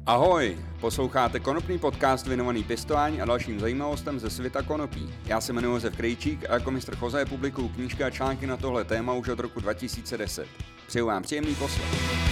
Ahoj, posloucháte konopný podcast věnovaný pěstování a dalším zajímavostem ze světa konopí. Já se jmenuji Josef Krejčík a jako mistr Jose publikuju knížky a články na tohle téma už od roku 2010. Přeju vám příjemný poslech.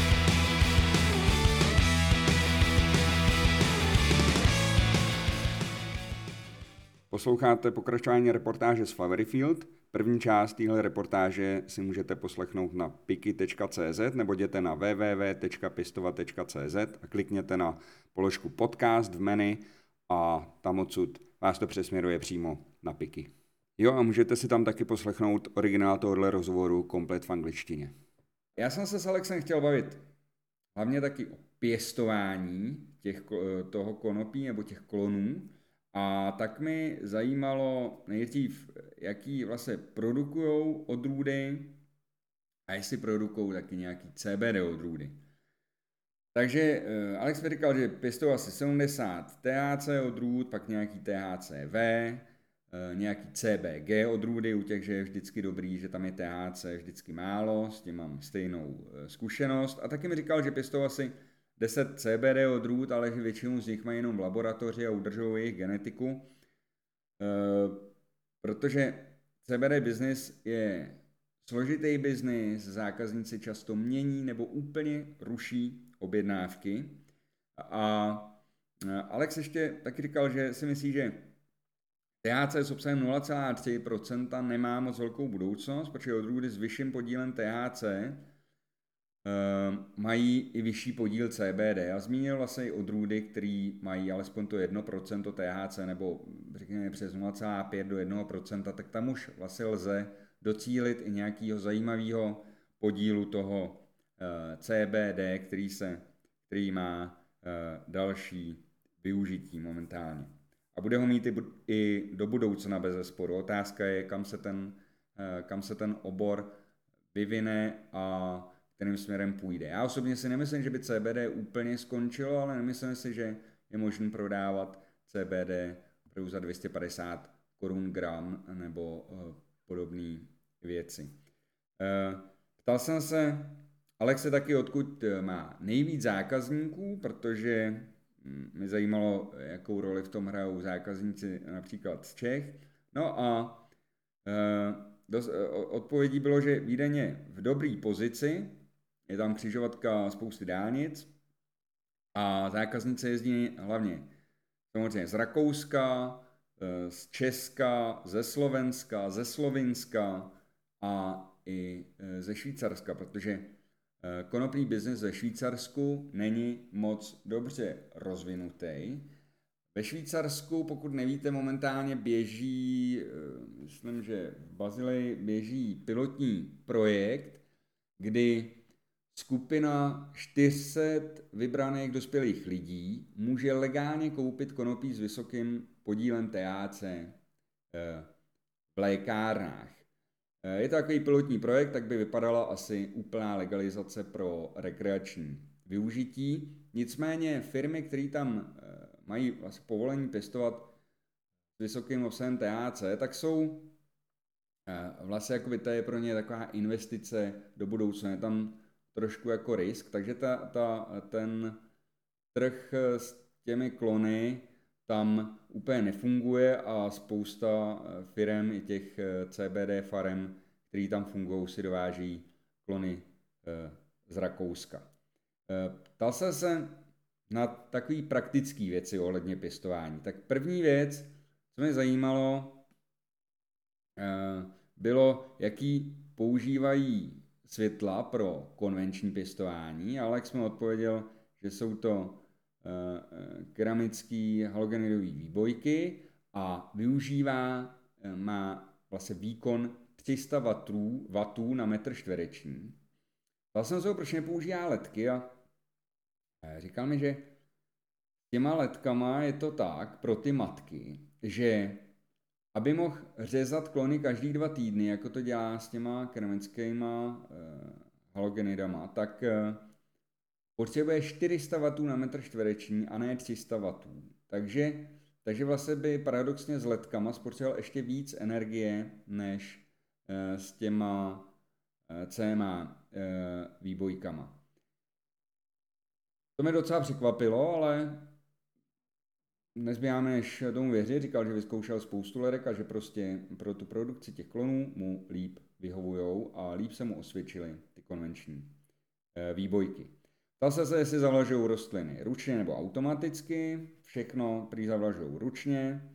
Posloucháte pokračování reportáže z Floweryfield. První část téhle reportáže si můžete poslechnout na piky.cz nebo jděte na www.pistovat.cz a klikněte na položku podcast v menu a tam odsud vás to přesměruje přímo na Piky. Jo, a můžete si tam taky poslechnout originál tohohle rozhovoru komplet v angličtině. Já jsem se s Alexem chtěl bavit hlavně taky o pěstování toho konopí nebo těch klonů. A tak mi zajímalo nejdřív, jaký vlastně produkujou odrůdy a jestli produkují taky nějaký CBD odrůdy. Takže Alex mi říkal, že pěstují asi 70 THC odrůd, pak nějaký THCV, nějaký CBG odrůdy, u těch, že je vždycky dobrý, že tam je THC vždycky málo, s tím mám stejnou zkušenost. A taky mi říkal, že pěstují asi 10 CBD odrůd, ale že většinu z nich mají jenom v laboratoři a udržují jejich genetiku. Protože CBD business je složitý business, zákazníci často mění nebo úplně ruší objednávky. A Alex ještě taky říkal, že si myslí, že THC s obsahem 0,3% nemá moc velkou budoucnost, protože odrůdy s vyšším podílem THC mají i vyšší podíl CBD. A zmínil vlastně i odrůdy, které mají alespoň to 1% THC nebo řekněme přes 0,5 do 1%, tak tam už vlastně lze docílit i nějakého zajímavého podílu toho CBD, který má další využití momentálně. A bude ho mít i do budoucna bezesporu. Otázka je, kam se ten obor vyvine a kterým směrem půjde. Já osobně si nemyslím, že by CBD úplně skončilo, ale nemyslím si, že je možné prodávat CBD za 250 korun gram nebo podobné věci. Ptal jsem se Alexe taky, odkud má nejvíc zákazníků, protože mě zajímalo, jakou roli v tom hrajou zákazníci například z Čech. No a odpovědí bylo, že Vídeň je v dobré pozici, je tam křižovatka spousty dálnic a zákazníci jezdí hlavně samozřejmě z Rakouska, z Česka, ze Slovenska, ze Slovinska a i ze Švýcarska, protože konopný biznes ve Švýcarsku není moc dobře rozvinutý. Ve Švýcarsku, pokud nevíte, momentálně běží, myslím, že v Bazileji běží pilotní projekt, kdy skupina 400 vybraných dospělých lidí může legálně koupit konopí s vysokým podílem THC v lékárnách. Je to takový pilotní projekt, tak by vypadala asi úplná legalizace pro rekreační využití. Nicméně firmy, které tam mají vlastně povolení pěstovat s vysokým obsahem THC, tak jsou vlastně jakoby to je pro ně taková investice do budoucna. Je tam trošku jako risk, takže ten trh s těmi klony tam úplně nefunguje a spousta firem i těch CBD farem, který tam fungují, si dováží klony z Rakouska. Ptal jsem se na takové praktické věci ohledně pěstování. Tak první věc, co mě zajímalo, bylo, jaký používají světla pro konvenční pěstování. Alex mi odpověděl, že jsou to keramické halogenidové výbojky a má vlastně výkon 300 W na metr čtvereční. Ptal jsem se ho, proč nepoužívá ledky a říkal mi, že s těma ledkama je to tak pro ty matky, že aby mohl řezat klony každý 2 týdny, jako to dělá s těma keramickýma halogenidama, tak potřebuje 400 W na metr čtvereční a ne 300 W. Takže vlastně by paradoxně s ledkama spotřeboval ještě víc energie než s těma CMA výbojkama. To mě docela překvapilo, ale nezbývá než tomu věřit. Říkal, že vyzkoušel spoustu lerek a že prostě pro tu produkci těch klonů mu líp vyhovujou a líp se mu osvědčily ty konvenční výbojky. Ptal se, jestli zavlažují rostliny ručně nebo automaticky. Všechno prý zavlažují ručně.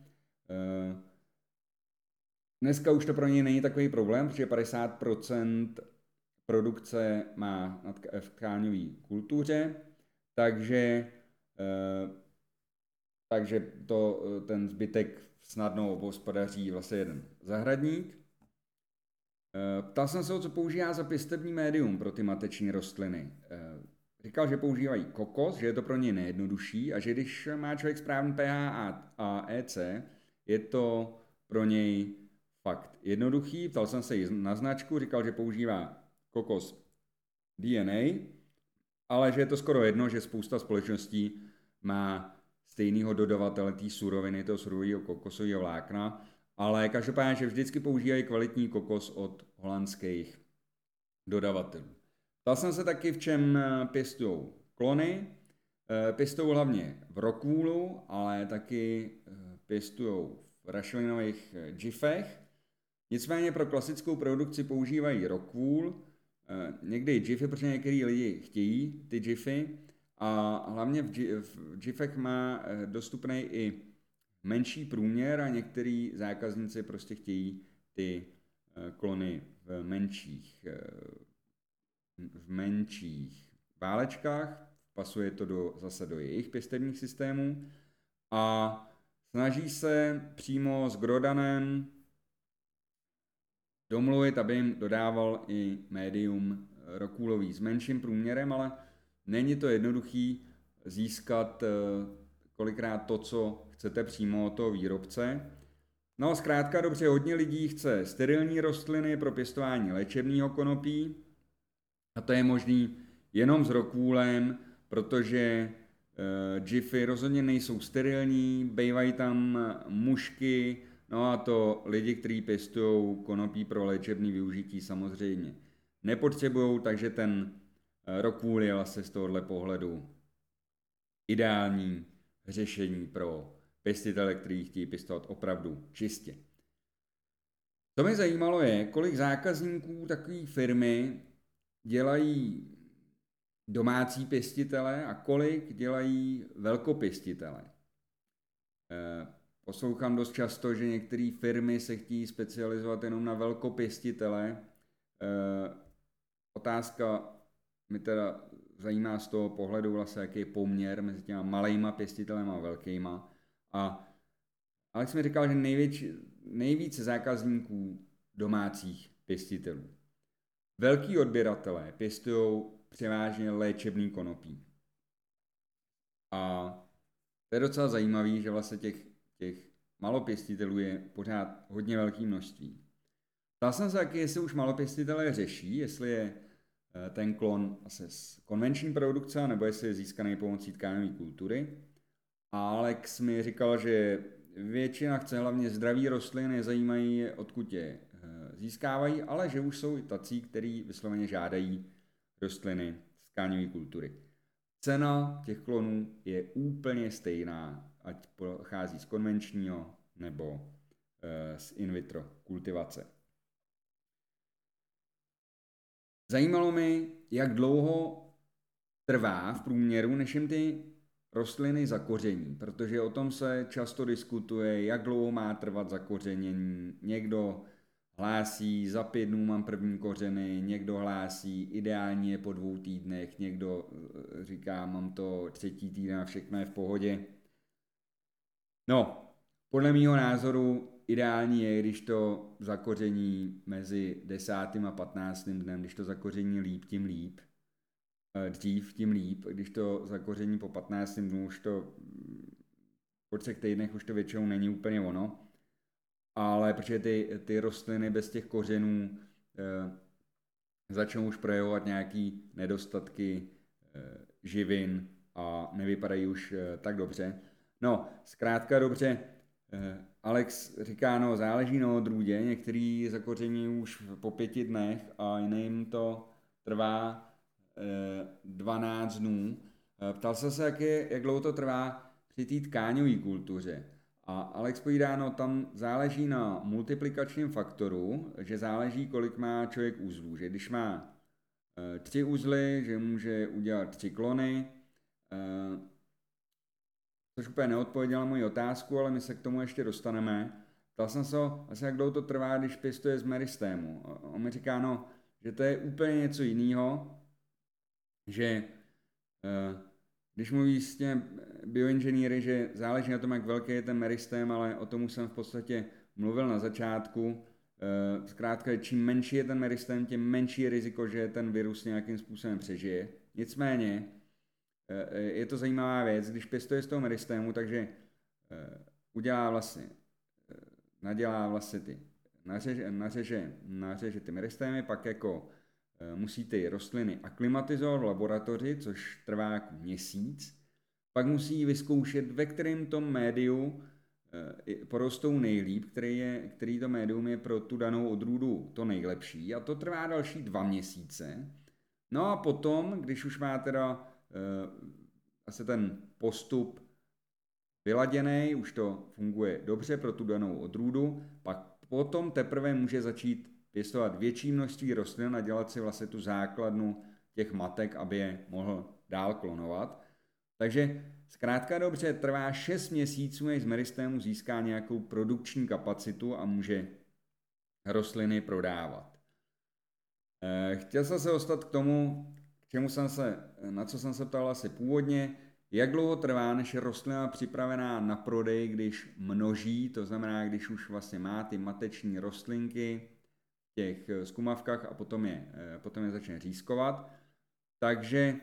Dneska už to pro něj není takový problém, protože 50% produkce má v tkáňové kultuře, takže ten zbytek snadno obhospodaří vlastně jeden zahradník. Ptal jsem se ho, co používá za pěstební médium pro ty mateční rostliny. Říkal, že používají kokos, že je to pro ně nejjednodušší a že když má člověk správný pH a EC, je to pro něj fakt jednoduchý. Ptal jsem se jí na značku, říkal, že používá kokos DNA, ale že je to skoro jedno, že spousta společností má stejného dodavatele té suroviny, toho surového kokosového vlákna, ale každopádně, že vždycky používají kvalitní kokos od holandských dodavatelů. Ptal jsem se taky, v čem pěstují klony. Pěstují hlavně v rockwoolu, ale taky pěstují v rašelinových džifech. Nicméně pro klasickou produkci používají rockwool, někdy džify, protože některý lidi chtějí ty džify, a hlavně v džifech má dostupný i menší průměr a některý zákazníci prostě chtějí ty klony v menších válečkách, pasuje to zase do jejich pěstebních systémů a snaží se přímo s Grodanem domluvit, aby jim dodával i médium rockoolový s menším průměrem, ale není to jednoduchý získat kolikrát to, co chcete přímo od toho výrobce. No zkrátka dobře, hodně lidí chce sterilní rostliny pro pěstování léčebného konopí a to je možný jenom s rockwoolem, protože džify rozhodně nejsou sterilní, bývají tam mušky, no a to lidi, kteří pěstují konopí pro léčebné využití, samozřejmě nepotřebují, takže ten rockwool je vlastně z tohohle pohledu ideální řešení pro pěstitele, kteří chtějí pěstovat opravdu čistě. Co mě zajímalo je, kolik zákazníků takové firmy dělají domácí pěstitele a kolik dělají velkopěstitele. Poslouchám dost často, že některé firmy se chtějí specializovat jenom na velkopěstitele. Otázka mi teda zajímá z toho pohledu vlastně, jaký je poměr mezi těma malejma pěstitelema a velkýma. A Alex mi říkal, že nejvíce zákazníků domácích pěstitelů. Velký odběratelé pěstují převážně léčebný konopí. A to je docela zajímavý, že vlastně těch malopěstitelů je pořád hodně velké množství. Ptal jsem se taky, jestli už malopěstitelé řeší, jestli je ten klon asi z konvenční produkce, nebo jestli je získaný pomocí tkáňové kultury. A Alex mi říkal, že většina chce hlavně zdraví rostliny, nezajímají, odkud je získávají, ale že už jsou i tací, kteří vysloveně žádají rostliny z tkáňové kultury. Cena těch klonů je úplně stejná, ať pochází z konvenčního nebo z in vitro kultivace. Zajímalo mě, jak dlouho trvá v průměru, než jim ty rostliny zakoření, protože o tom se často diskutuje, jak dlouho má trvat zakořenění. Někdo hlásí, za 5 dnů mám první kořeny, někdo hlásí, ideálně je po 2 týdnech, někdo říká, mám to 3. týden a všechno je v pohodě. No, podle mýho názoru ideální je, když to zakoření mezi 10. a 15. dnem, když to zakoření líp, tím líp. Dřív, tím líp. Když to zakoření po 15. dnu, už to po 3 týdnech už to většinou není úplně ono. Ale protože ty rostliny bez těch kořenů začnou už projevovat nějaký nedostatky živin a nevypadají už tak dobře. No, zkrátka dobře, Alex říká, no záleží na odrůdě, některý zakoření už po 5 dnech a jiným to trvá 12 dnů Ptal jsem se, jak dlouho to trvá při té tkáňové kultuře. A Alex povídá, no tam záleží na multiplikačním faktoru, že záleží, kolik má člověk uzlů. Že když má 3 uzly, že může udělat 3 klony, což úplně neodpověděla moji otázku, ale my se k tomu ještě dostaneme. Ptal jsem se asi jak dlouho to trvá, když pěstuje z meristému. On mi říká, no, že to je úplně něco jiného, že když mluví s těmi bioinženýry, že záleží na tom, jak velký je ten meristém, ale o tom už jsem v podstatě mluvil na začátku. Zkrátka, čím menší je ten meristém, tím menší je riziko, že ten virus nějakým způsobem přežije. Nicméně, je to zajímavá věc, když pěstuje z toho meristému, takže nadělá vlastně ty, nařeže ty meristémy, pak jako musí ty rostliny aklimatizovat v laboratoři, což trvá jako měsíc, pak musí vyzkoušet, ve kterém tom médiu porostou nejlíp, který to médium je pro tu danou odrůdu to nejlepší, a to trvá další 2 měsíce. No a potom, když už má teda asi ten postup vyladěný, už to funguje dobře pro tu danou odrůdu, pak potom teprve může začít pěstovat větší množství rostlin a dělat si vlastně tu základnu těch matek, aby je mohl dál klonovat. Takže zkrátka dobře, trvá 6 měsíců, než z meristému získá nějakou produkční kapacitu a může rostliny prodávat. Chtěl jsem se dostat k tomu, na co jsem se ptal asi původně, jak dlouho trvá, než je rostlina připravená na prodej, když množí, to znamená, když už vlastně má ty mateční rostlinky v těch zkumavkách a potom je začne řízkovat. Takže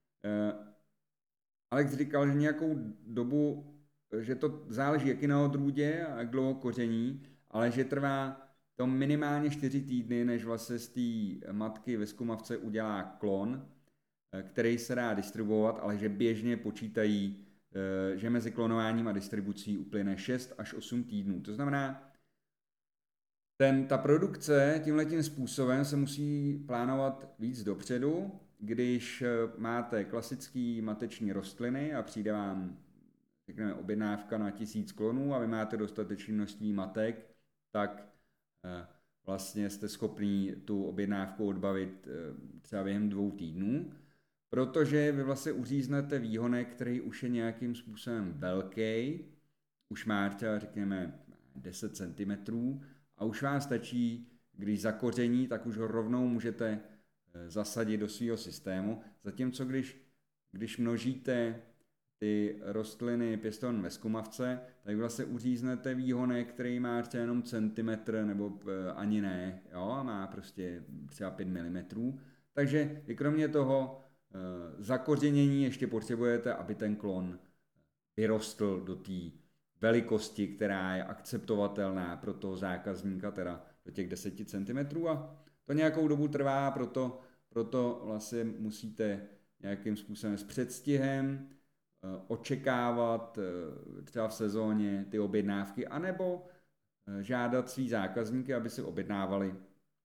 Alex říkal, že nějakou dobu, že to záleží jaký na odrůdě a jak dlouho koření, ale že trvá to minimálně 4 týdny, než vlastně z té matky ve zkumavce udělá klon, který se dá distribuovat, ale že běžně počítají, že mezi klonováním a distribucí uplyne 6 až 8 týdnů. To znamená, ta produkce tímhletím způsobem se musí plánovat víc dopředu. Když máte klasické mateční rostliny a přijde vám, řekněme, objednávka na 1000 klonů a vy máte dostatečné množství matek, tak vlastně jste schopný tu objednávku odbavit třeba během 2 týdnů, protože vy vlastně uříznete výhonek, který už je nějakým způsobem velký, už má třeba, řekněme, 10 cm a už vám stačí, když zakoření, tak už ho rovnou můžete zasadit do svého systému, zatímco když množíte ty rostliny pěstované ve zkumavce, tak vlastně uříznete výhonek, který má třeba jenom centimetr nebo ani ne, jo, a má prostě třeba 5 mm. Takže i kromě toho zakořenění ještě potřebujete, aby ten klon vyrostl do té velikosti, která je akceptovatelná pro toho zákazníka, teda do těch 10 cm, a to nějakou dobu trvá, proto vlastně musíte nějakým způsobem s předstihem očekávat třeba v sezóně ty objednávky, anebo žádat svý zákazníky, aby si objednávali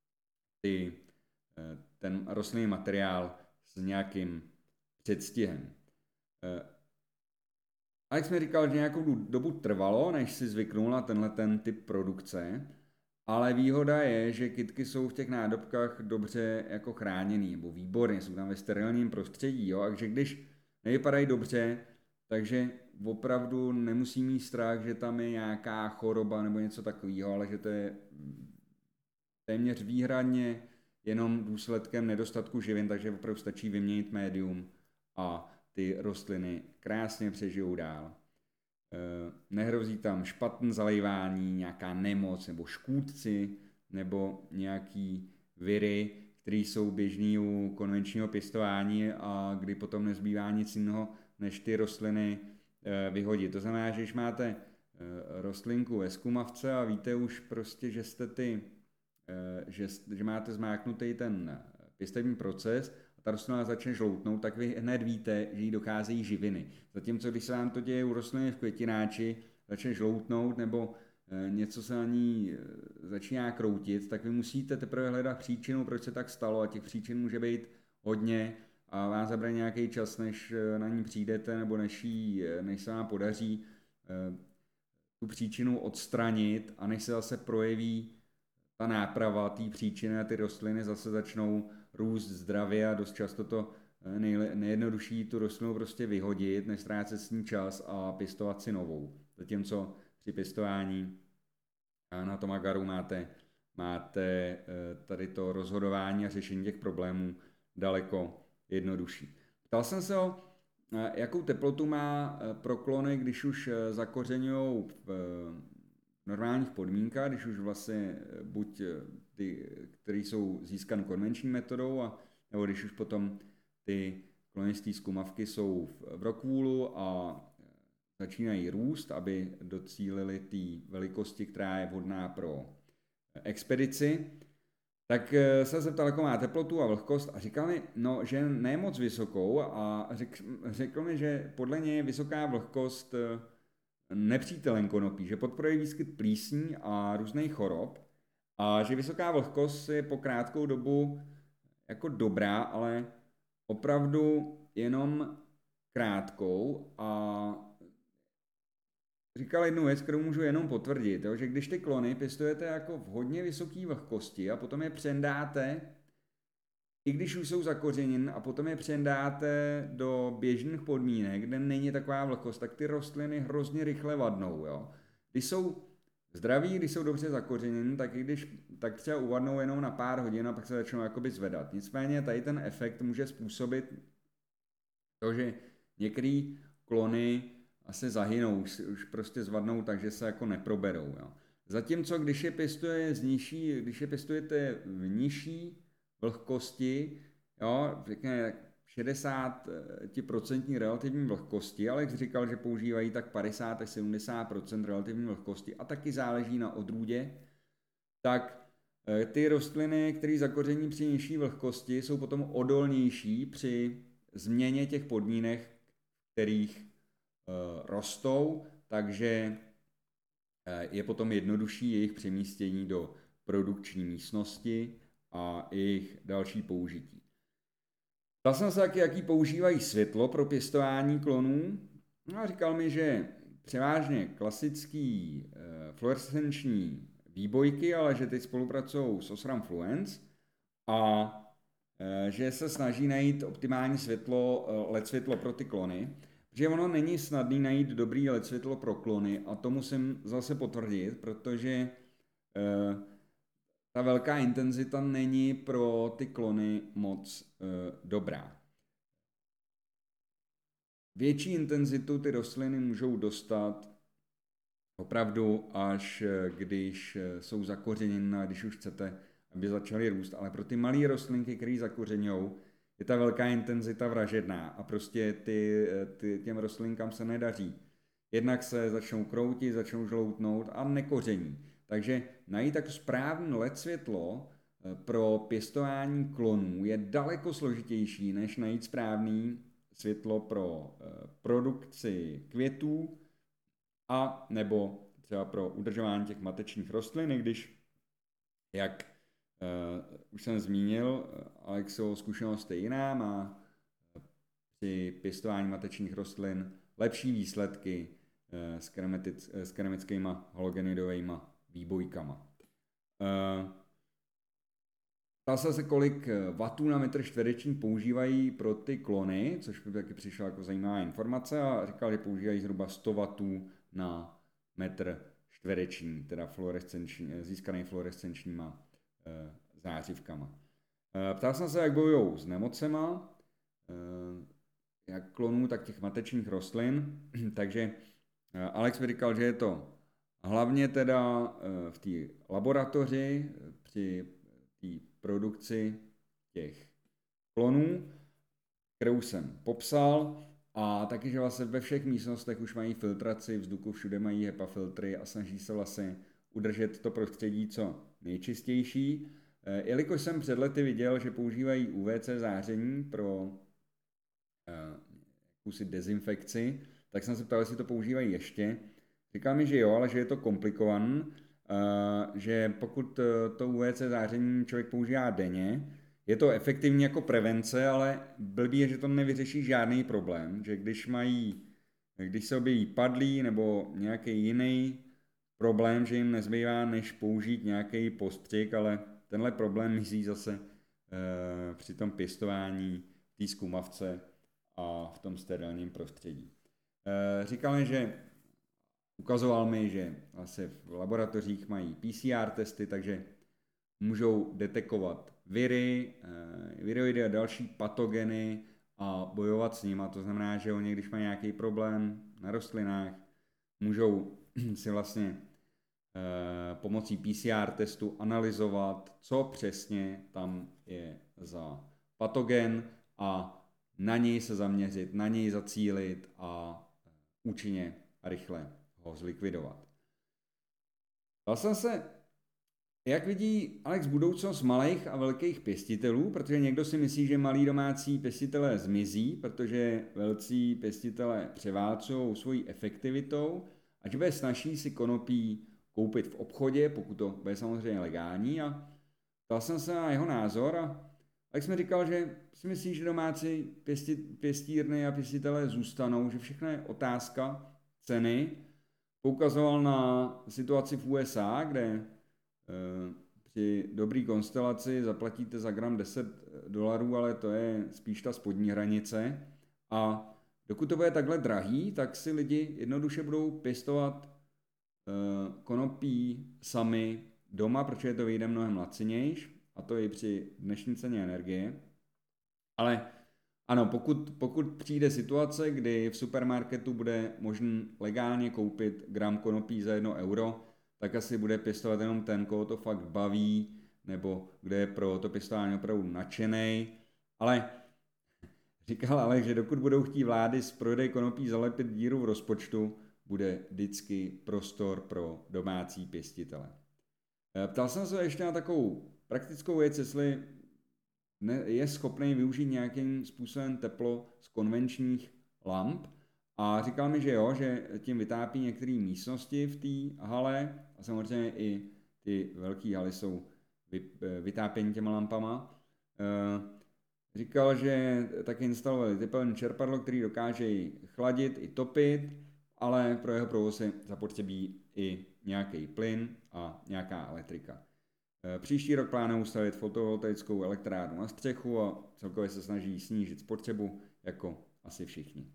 ten rostlinný materiál s nějakým předstihem. Alex mi říkal, že nějakou dobu trvalo, než si zvyknul na ten typ produkce, ale výhoda je, že kytky jsou v těch nádobkách dobře jako chráněný, nebo výborně, jsou tam ve sterilním prostředí, jo, takže když nevypadají dobře, takže opravdu nemusí mít strach, že tam je nějaká choroba nebo něco takového, ale že to je téměř výhradně jenom důsledkem nedostatku živin, takže opravdu stačí vyměnit médium a ty rostliny krásně přežijou dál. Nehrozí tam špatné zalejvání, nějaká nemoc nebo škůdci nebo nějaký viry, které jsou běžný u konvenčního pěstování a kdy potom nezbývá nic jiného, než ty rostliny vyhodit. To znamená, že když máte rostlinku ve zkumavce a víte už prostě, že že máte zmáknutý ten pěstební proces a ta rostlina začne žloutnout, tak vy hned víte, že jí docházejí živiny. Zatímco když se vám to děje u rostliny v květináči, začne žloutnout nebo něco se na ní začíná kroutit, tak vy musíte teprve hledat příčinu, proč se tak stalo, a těch příčin může být hodně a vám zabere nějaký čas, než na ní přijdete, nebo než se vám podaří tu příčinu odstranit a než se zase projeví ta náprava té příčiny a ty rostliny zase začnou růst zdravě a dost často to nejjednodušší tu rostlinu prostě vyhodit, než ztrácet s ní čas a pěstovat si novou. Zatímco při pěstování na tom agaru máte tady to rozhodování a řešení těch problémů daleko jednodušší. Ptal jsem se ho, jakou teplotu má pro klony, když už zakořeňují v normálních podmínkách, když už vlastně buď ty, které jsou získány konvenční metodou, nebo když už potom ty klony z té zkumavky jsou v rockwoolu a začínají růst, aby docílili té velikosti, která je vhodná pro expedici, tak se zeptal, jakou má teplotu a vlhkost a říkal mi, no, že ne moc vysokou a řekl mi, že podle něj je vysoká vlhkost nepřítelem konopí, že podporuje výskyt plísní a různých chorob a že vysoká vlhkost je po krátkou dobu jako dobrá, ale opravdu jenom krátkou a říkal jednu věc, kterou můžu jenom potvrdit, jo, že když ty klony pěstujete jako v hodně vysoké vlhkosti a potom je přendáte, i když už jsou zakořeněn a potom je přendáte do běžných podmínek, kde není taková vlhkost, tak ty rostliny hrozně rychle vadnou. Jo. Když jsou zdraví, když jsou dobře zakořeněny, tak třeba uvadnou jenom na pár hodin a pak se začnou jakoby zvedat. Nicméně tady ten efekt může způsobit to, že některé klony asi zahynou, už prostě zvadnou, takže se jako neproberou. Jo. Zatímco když je pěstujete v nižší vlhkosti, jo, řekněme 60% relativní vlhkosti, Alex říkal, že používají tak 50 až 70% relativní vlhkosti a taky záleží na odrůdě, tak ty rostliny, které zakoření při nižší vlhkosti, jsou potom odolnější při změně těch podmínek, kterých rostou, takže je potom jednodušší jejich přemístění do produkční místnosti a jejich další použití. Ptal jsem se taky, jaký používají světlo pro pěstování klonů. No a říkal mi, že převážně klasický fluorescenční výbojky, ale že teď spolupracují s Osram Fluence a že se snaží najít optimální světlo, LED světlo pro ty klony, protože ono není snadný najít dobrý LED světlo pro klony a to musím zase potvrdit, protože ta velká intenzita není pro ty klony moc dobrá. Větší intenzitu ty rostliny můžou dostat opravdu až když jsou zakořeněny a když už chcete, aby začaly růst, ale pro ty malé rostlinky, které zakořeňují, je ta velká intenzita vražedná a prostě těm rostlinkám se nedaří. Jednak se začnou kroutit, začnou žloutnout a nekoření. Takže najít tak správný LED světlo pro pěstování klonů je daleko složitější, než najít správný světlo pro produkci květů a nebo třeba pro udržování těch matečních rostlin, když, jak už jsem zmínil, Alexovo zkušenost je jiná, má při pěstování matečních rostlin lepší výsledky s keramickýma halogenidovými výbojkama. Ptal se, kolik wattů na metr čtvereční používají pro ty klony, což by taky přišla jako zajímavá informace a říkal, že používají zhruba 100 wattů na metr čtvereční, teda získaný fluorescenčníma zářivkama. Ptal jsem se, jak bojují s nemocema, jak klonů, tak těch matečních rostlin, takže Alex mi říkal, že je to hlavně teda v té laboratoři při té produkci těch klonů, kterou jsem popsal, a taky, že vlastně ve všech místnostech už mají filtraci vzduchu, všude mají HEPA filtry a snaží se vlastně udržet to prostředí co nejčistější. Jelikož jsem před lety viděl, že používají UVC záření pro jakousi dezinfekci, tak jsem se ptal, jestli to používají ještě. Říkal mi, že jo, ale že je to komplikované, že pokud to UVC záření člověk používá denně, je to efektivní jako prevence, ale blbý je, že to nevyřeší žádný problém, že když se objeví padlí nebo nějaký jiný problém, že jim nezbývá, než použít nějaký postřik, ale tenhle problém mizí zase při tom pěstování té zkumavce a v tom sterilním prostředí. Ukazoval mi, že vlastně v laboratořích mají PCR testy, takže můžou detekovat viry, viroidy a další patogeny a bojovat s nimi. To znamená, že oni, když mají nějaký problém na rostlinách, můžou si vlastně pomocí PCR testu analyzovat, co přesně tam je za patogen a na něj se zaměřit, na něj zacílit a účinně a rychle ho zlikvidovat. Ptal jsem se, jak vidí Alex budoucnost malých a velkých pěstitelů, protože někdo si myslí, že malí domácí pěstitelé zmizí, protože velcí pěstitelé převálcují svojí efektivitou a že bude snazší si konopí koupit v obchodě, pokud to bude samozřejmě legální. A ptal jsem se na jeho názor a Alex mi říkal, že si myslí, že domácí pěstírny a pěstitelé zůstanou, že všechno je otázka ceny. Poukazoval na situaci v USA, kde při dobrý konstelaci zaplatíte za gram $10, ale to je spíš ta spodní hranice. A dokud to bude takhle drahý, tak si lidi jednoduše budou pěstovat konopí sami doma, protože to vyjde mnohem lacinější, a to i při dnešní ceně energie. Ale ano, pokud přijde situace, kdy v supermarketu bude možné legálně koupit gram konopí za €1, tak asi bude pěstovat jenom ten, koho to fakt baví, nebo kde je pro to pěstování opravdu nadšenej. Ale říkal Aleš, že dokud budou chtít vlády z prodeje konopí zalepit díru v rozpočtu, bude vždycky prostor pro domácí pěstitele. Ptal jsem se ještě na takovou praktickou věc, jestli je schopný využít nějakým způsobem teplo z konvenčních lamp. A říkal mi, že jo, že tím vytápí některé místnosti v té hale a samozřejmě i ty velké haly jsou vytápění těma lampama. Říkal, že taky instalovali tepelné čerpadlo, který dokáže chladit i topit, ale pro jeho provoz je zapotřebí i nějaký plyn a nějaká elektrika. Příští rok plánují stavět fotovoltaickou elektrárnu na střechu a celkově se snaží snížit spotřebu, jako asi všichni.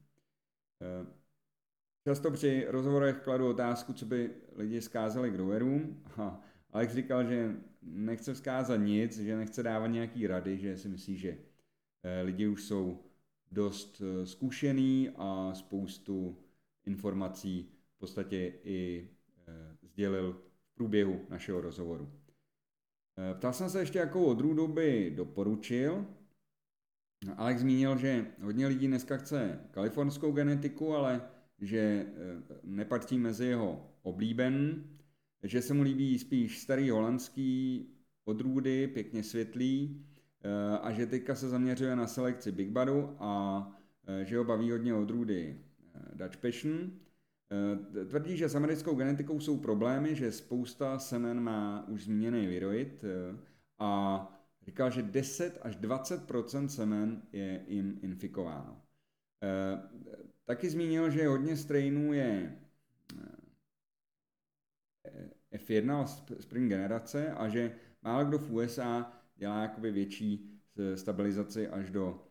Často při rozhovorech kladu otázku, co by lidi vzkázali growerům. Alex říkal, že nechce vzkázat nic, že nechce dávat nějaký rady, že si myslí, že lidi už jsou dost zkušený a spoustu informací v podstatě i sdělil v průběhu našeho rozhovoru. Ptal jsem se ještě, jakou odrůdu by doporučil. Alex zmínil, že hodně lidí dneska chce kalifornskou genetiku, ale že nepatří mezi jeho oblíbený, že se mu líbí spíš starý holandský odrůdy, pěkně světlý, a že teďka se zaměřuje na selekci Big Budu a že ho baví hodně odrůdy Dutch Passion. Tvrdí, že s americkou genetikou jsou problémy, že spousta semen má už zmíněný viroid a říkal, že 10 až 20% semen je jim infikováno. Taky zmínil, že hodně strainů je F1 spring generace a že málo kdo v USA dělá jakoby větší stabilizaci až do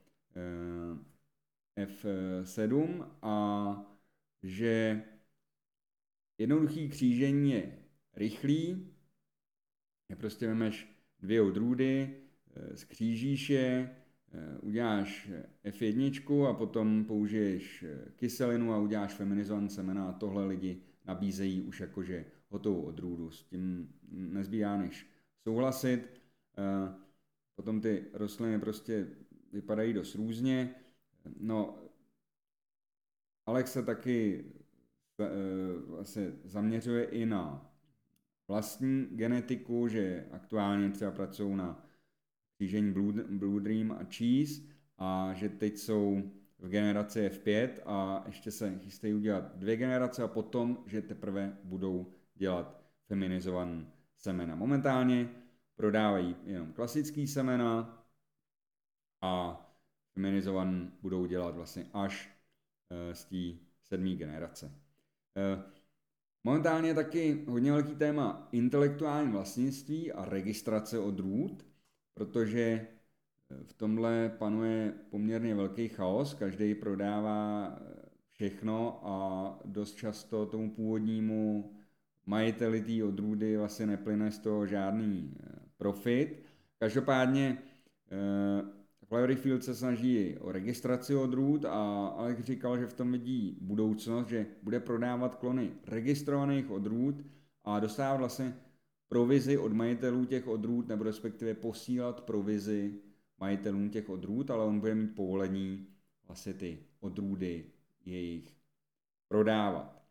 F7 a že jednoduchý křížení je rychlý, je prostě vemeš 2 odrůdy, skřížíš je, uděláš F1 a potom použiješ kyselinu a uděláš feminizované semena a tohle lidi nabízejí už jakože hotovou odrůdu. S tím nezbývá než souhlasit. Potom ty rostliny prostě vypadají dost různě. No, Alex se taky vlastně zaměřuje i na vlastní genetiku, že aktuálně třeba pracují na křížení Blue Dream a Cheese a že teď jsou v generaci F5 a ještě se chystají udělat 2 generace a potom, že teprve budou dělat feminizované semena. Momentálně prodávají jenom klasický semena a feminizovaný budou dělat vlastně až z té 7. generace. Momentálně je taky hodně velký téma intelektuální vlastnictví a registrace odrůd, protože v tomhle panuje poměrně velký chaos, každý prodává všechno a dost často tomu původnímu majiteli té odrůdy vlastně neplyne z toho žádný profit. Každopádně Flowery Field se snaží o registraci odrůd a Alex říkal, že v tom vidí budoucnost, že bude prodávat klony registrovaných odrůd a dostávat vlastně provizi od majitelů těch odrůd, nebo respektive posílat provizi majitelům těch odrůd, ale on bude mít povolení vlastně ty odrůdy jejich prodávat.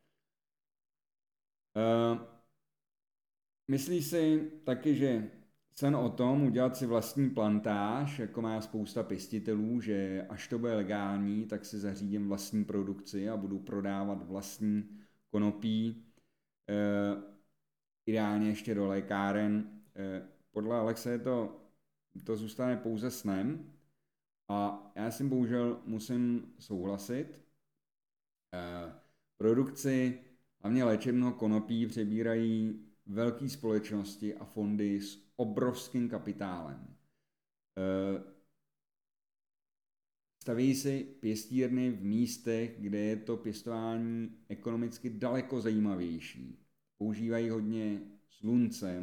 Myslí si taky, že sen o tom udělat si vlastní plantáž, jako má spousta pěstitelů, že až to bude legální, tak si zařídím vlastní produkci a budu prodávat vlastní konopí, ideálně ještě do lékáren. Podle Alexe to zůstane pouze snem a já si bohužel musím souhlasit. Produkci hlavně léčebného konopí přebírají velké společnosti a fondy s obrovským kapitálem. Staví si pěstírny v místech, kde je to pěstování ekonomicky daleko zajímavější. Používají hodně slunce,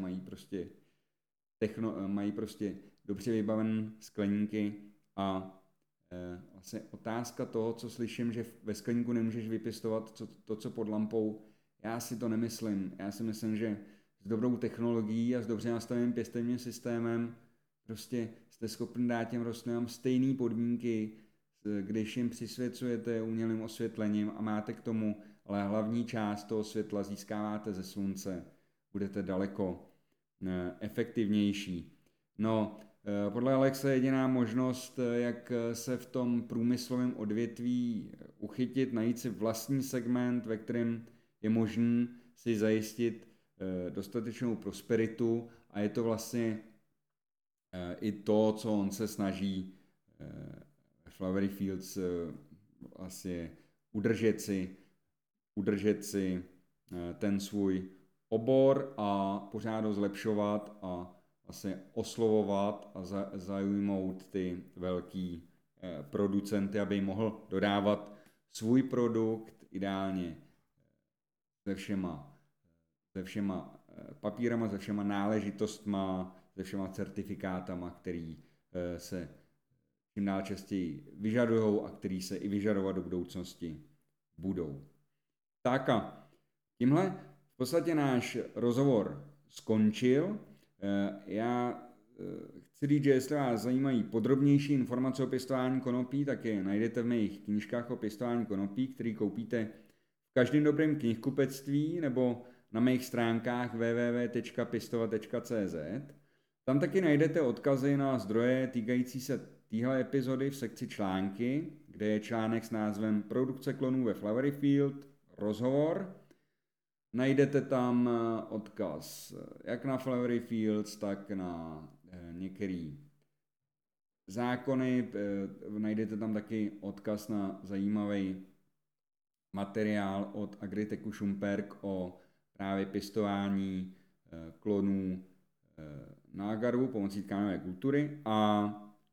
mají prostě dobře vybavené skleníky a vlastně otázka toho, co slyším, že ve skleníku nemůžeš vypěstovat to, co pod lampou, já si to nemyslím. Já si myslím, že s dobrou technologií a s dobře nastaveným pěstebním systémem prostě jste schopni dát těm rostlinám stejné podmínky, když jim přisvěcujete umělým osvětlením a máte k tomu, ale hlavní část toho světla získáváte ze slunce, budete daleko efektivnější. No, podle Alexe jediná možnost, jak se v tom průmyslovém odvětví uchytit, najít si vlastní segment, ve kterém je možné si zajistit dostatečnou prosperitu a je to vlastně i to, co on se snaží Flowery Fields vlastně udržet si ten svůj obor a pořád ho zlepšovat a vlastně oslovovat a zajmout ty velký producenty, aby jim mohl dodávat svůj produkt ideálně se všema papírama, se všema náležitostma, se všema certifikátama, který se čím dál častěji vyžadujou a který se i vyžadovat do budoucnosti budou. Tak a tímhle v podstatě náš rozhovor skončil. Já chci říct, že jestli vás zajímají podrobnější informace o pěstování konopí, tak je najdete v mých knížkách o pěstování konopí, které koupíte v každém dobrém knihkupectví nebo na mých stránkách www.pěstovat.cz. Tam taky najdete odkazy na zdroje týkající se téhle epizody v sekci články, kde je článek s názvem Produkce klonů ve Flowery Field, rozhovor. Najdete tam odkaz jak na Flowery Fields, tak na některé zákony. Najdete tam taky odkaz na zajímavý materiál od Agritechu Šumperk o právě pěstování klonů nágarů pomocí tkáňové kultury a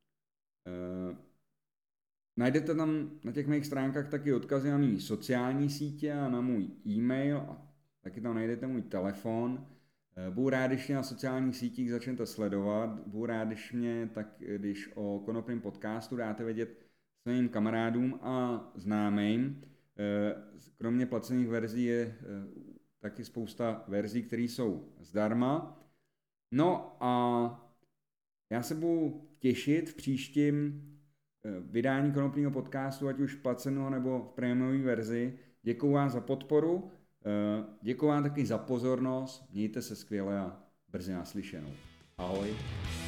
najdete tam na těch mých stránkách taky odkazy na mý sociální sítě a na můj e-mail a taky tam najdete můj telefon. Budu rád, když mě na sociálních sítích začnete sledovat, budu rád, když o konopném podcastu dáte vědět svým kamarádům a známým. Kromě placených verzí je taky spousta verzí, které jsou zdarma. No a já se budu těšit v příštím vydání konopného podcastu, ať už placeného nebo v prémiové verzi. Děkuju vám za podporu, děkuju vám taky za pozornost, mějte se skvěle a brzy naslyšenou. Ahoj.